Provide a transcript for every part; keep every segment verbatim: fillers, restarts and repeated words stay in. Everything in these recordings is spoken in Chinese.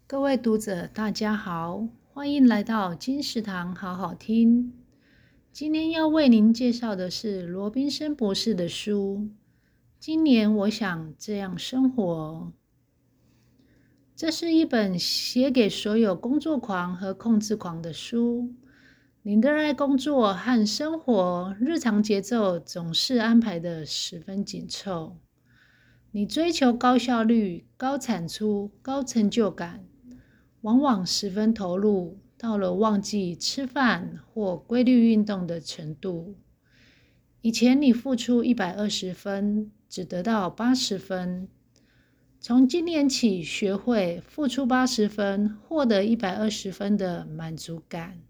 各位读者，大家好，欢迎来到金石堂好好听。今天要为您介绍的是罗宾森博士的书《今年我想这样生活》。这是一本写给所有工作狂和控制狂的书。你热爱工作和生活，日常节奏总是安排得十分紧凑。你追求高效率、高产出、高成就感，往往十分投入，到了忘记吃饭或规律运动的程度。以前你付出一百二十分，只得到八十分。从今年起，学会付出八十分，获得一百二十分的满足感。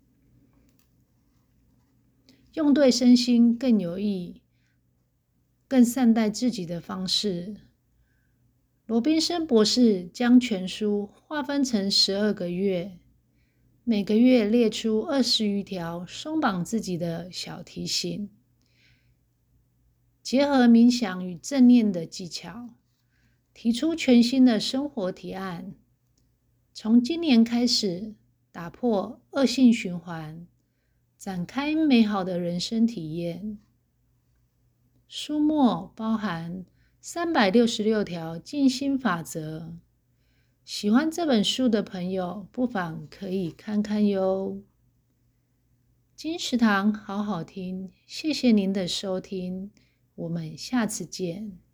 用对身心更有益、更善待自己的方式。罗宾森博士将全书划分成十二个月，每个月列出二十余条松绑自己的小提醒，结合冥想与正念的技巧，提出全新的生活提案。从今年开始，打破恶性循环，展开美好的人生体验。书末包含三百六十六条静心法则，喜欢这本书的朋友不妨可以看看哟。金石堂好好听，谢谢您的收听，我们下次见。